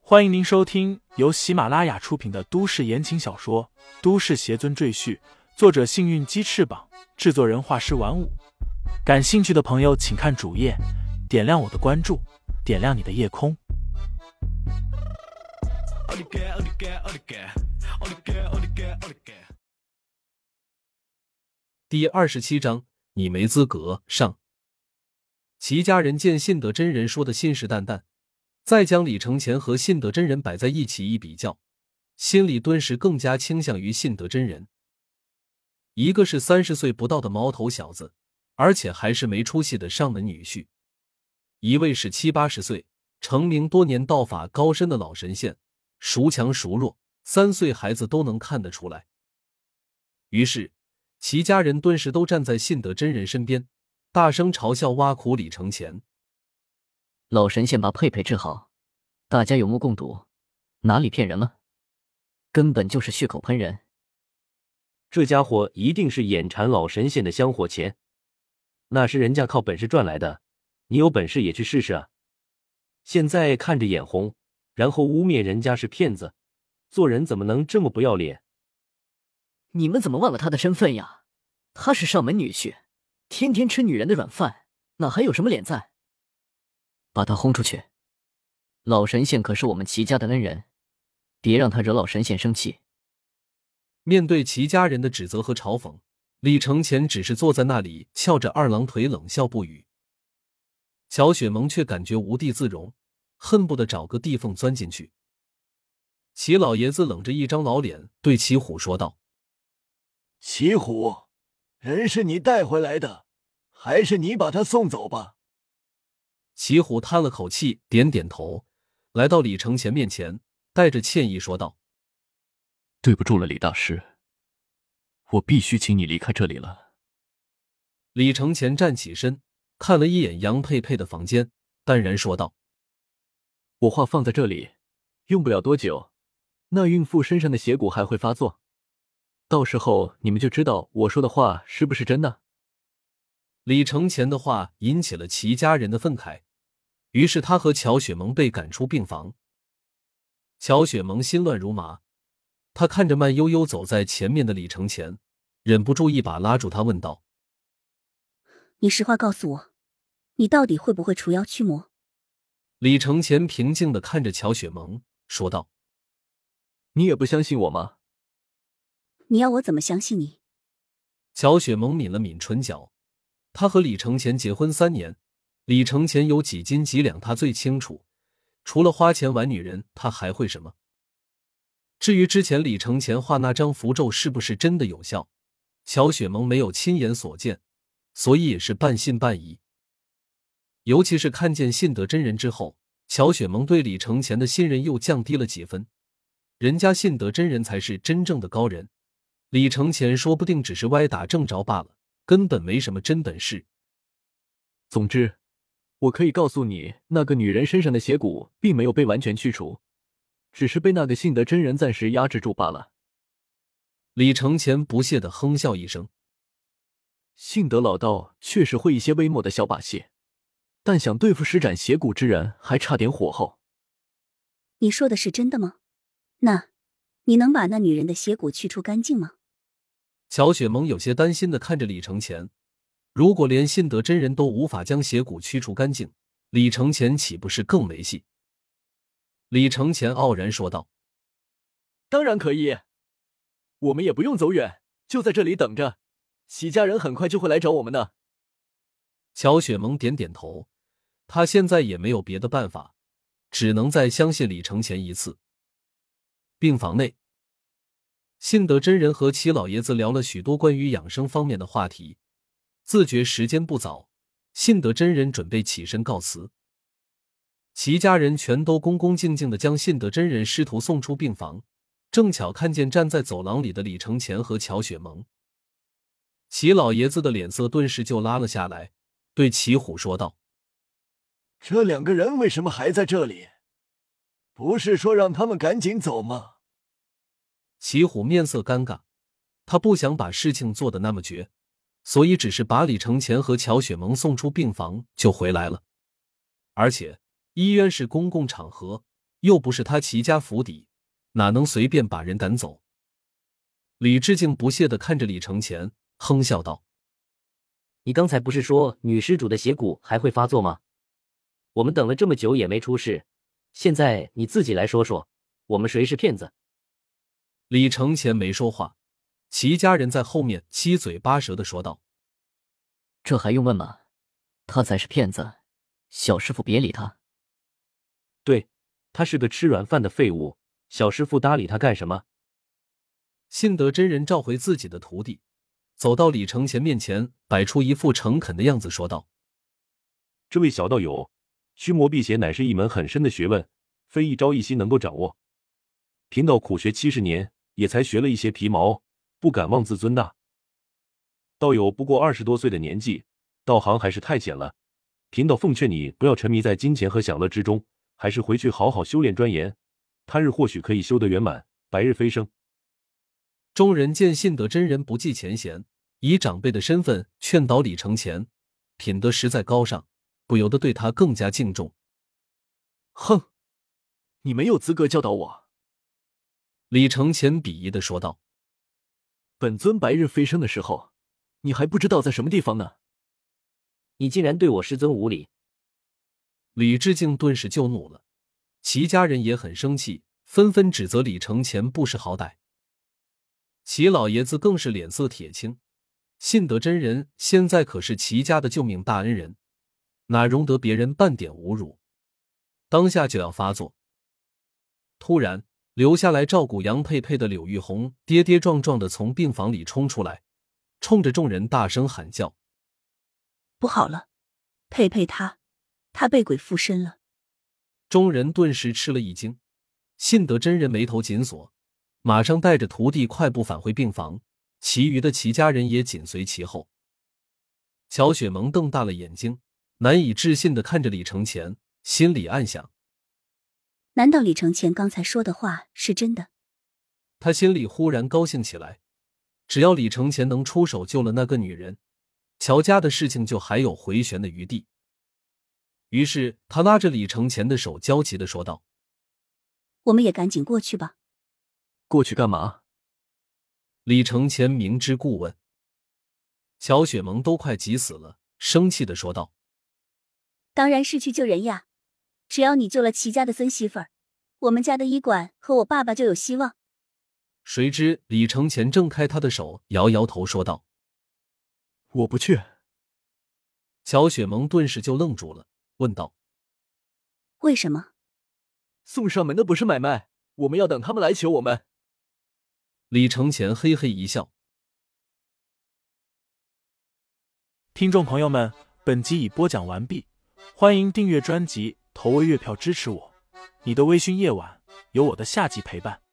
欢迎您收听由喜马拉雅出品的都市言情小说《都市邪尊赘婿》，作者幸运鸡翅膀，制作人画师玩五。感兴趣的朋友请看主页，点亮我的关注，点亮你的夜空。 第27章，你没资格上。齐家人见信德真人说的信誓旦旦，再将李承前和信德真人摆在一起一比较，心里顿时更加倾向于信德真人。一个是30岁不到的毛头小子，而且还是没出息的上门女婿；一位是70、80岁，成名多年道法高深的老神仙，孰强孰弱，3岁孩子都能看得出来。于是齐家人顿时都站在信德真人身边，大声嘲笑挖苦李承前。 老神仙把佩佩治好，大家有目共睹，哪里骗人了？根本就是血口喷人。 这家伙一定是眼馋老神仙的香火钱，那是人家靠本事赚来的，你有本事也去试试啊！现在看着眼红，然后污蔑人家是骗子，做人怎么能这么不要脸？ 你们怎么忘了他的身份呀？他是上门女婿，天天吃女人的软饭，哪还有什么脸在？把他轰出去！老神仙可是我们齐家的恩人，别让他惹老神仙生气。 面对齐家人的指责和嘲讽，李承前只是坐在那里翘着二郎腿冷笑不语。乔雪萌却感觉无地自容，恨不得找个地缝钻进去。齐老爷子冷着一张老脸对齐虎说道： 齐虎，人是你带回来的，还是你把他送走吧？ 齐虎叹了口气，点点头，来到李承前面前，带着歉意说道： 对不住了，李大师，我必须请你离开这里了。 李承前站起身，看了一眼杨佩佩的房间，淡然说道： 我话放在这里，用不了多久，那孕妇身上的邪蛊还会发作，到时候你们就知道我说的话是不是真的。 李承前的话引起了齐家人的愤慨，于是他和乔雪萌被赶出病房。乔雪萌心乱如麻，他看着慢悠悠走在前面的李承前，忍不住一把拉住他问道： 你实话告诉我，你到底会不会除妖驱魔？ 李承前平静地看着乔雪萌说道： 你也不相信我吗？ 你要我怎么相信你？ 乔雪萌抿了抿唇角，他和李承前结婚3年，李承前有几斤几两他最清楚，除了花钱玩女人，他还会什么？至于之前李承前画那张符咒是不是真的有效，乔雪萌没有亲眼所见，所以也是半信半疑。尤其是看见信德真人之后，乔雪萌对李承前的信任又降低了几分。人家信德真人才是真正的高人，李承前说不定只是歪打正着罢了，根本没什么真本事。 总之，我可以告诉你，那个女人身上的邪蛊并没有被完全去除，只是被那个信德真人暂时压制住罢了。 李承前不屑地哼笑一声。 信德老道确实会一些微末的小把戏，但想对付施展邪蛊之人还差点火候。 你说的是真的吗？那你能把那女人的邪蛊去除干净吗？ 乔雪萌有些担心地看着李承前，如果连信德真人都无法将邪蛊驱除干净，李承前岂不是更没戏？李承前傲然说道： 当然可以，我们也不用走远，就在这里等着，齐家人很快就会来找我们的。 乔雪萌点点头，他现在也没有别的办法，只能再相信李承前一次。病房内，信德真人和齐老爷子聊了许多关于养生方面的话题，自觉时间不早，信德真人准备起身告辞。齐家人全都恭恭敬敬地将信德真人师徒送出病房，正巧看见站在走廊里的李承前和乔雪萌。齐老爷子的脸色顿时就拉了下来，对齐虎说道： 这两个人为什么还在这里？不是说让他们赶紧走吗？ 齐虎面色尴尬，他不想把事情做得那么绝，所以只是把李承前和乔雪萌送出病房就回来了。而且医院是公共场合， 又不是他齐家府邸，哪能随便把人赶走？李志敬不屑地看着李承前，哼笑道：“ 你刚才不是说女施主的邪蛊还会发作吗？我们等了这么久也没出事，现在你自己来说说，我们谁是骗子？” 李承前没说话，齐家人在后面七嘴八舌地说道：“ 这还用问吗？他才是骗子，小师傅别理他。” 对，他是个吃软饭的废物，小师傅搭理他干什么？ 信德真人召回自己的徒弟，走到李承前面前，摆出一副诚恳的样子，说道：“ 这位小道友，驱魔辟邪乃是一门很深的学问，非一朝一夕能够掌握。贫道苦学70年，也才学了一些皮毛，不敢妄自尊大。道友不过20多岁的年纪，道行还是太浅了。贫道奉劝你不要沉迷在金钱和享乐之中，还是回去好好修炼钻研，他日或许可以修得圆满，白日飞升。” 众人见信德真人不计前嫌，以长辈的身份劝导李承前，品德实在高尚，不由得对他更加敬重。 哼，你没有资格教导我。 李承前鄙夷地说道：“ 本尊白日飞升的时候，你还不知道在什么地方呢。 你竟然对我师尊无礼！” 李志敬顿时就怒了，齐家人也很生气，纷纷指责李承前不识好歹。齐老爷子更是脸色铁青，信德真人现在可是齐家的救命大恩人，哪容得别人半点侮辱，当下就要发作。突然，留下来照顾杨佩佩的柳玉红跌跌撞撞地从病房里冲出来，冲着众人大声喊叫：“ 不好了，佩佩她被鬼附身了！” 众人顿时吃了一惊，信德真人眉头紧锁，马上带着徒弟快步返回病房，其余的齐家人也紧随其后。乔雪萌瞪大了眼睛，难以置信地看着李承前，心里暗想： 难道李承前刚才说的话是真的？ 他心里忽然高兴起来，只要李承前能出手救了那个女人，乔家的事情就还有回旋的余地。于是他拉着李承前的手，焦急地说道：“ 我们也赶紧过去吧。” 过去干嘛？ 李承前明知故问。乔雪萌都快急死了，生气地说道：“ 当然是去救人呀！只要你救了齐家的孙媳妇儿，我们家的医馆和我爸爸就有希望。” 谁知李承前挣开他的手，摇摇头说道：“ 我不去。” 乔雪萌顿时就愣住了，问道：“ 为什么？” 送上门的不是买卖，我们要等他们来求我们。 李承前嘿嘿一笑。 听众朋友们，本集已播讲完毕，欢迎订阅专辑，投喂月票支持我。你的微醺夜晚，有我的下集陪伴。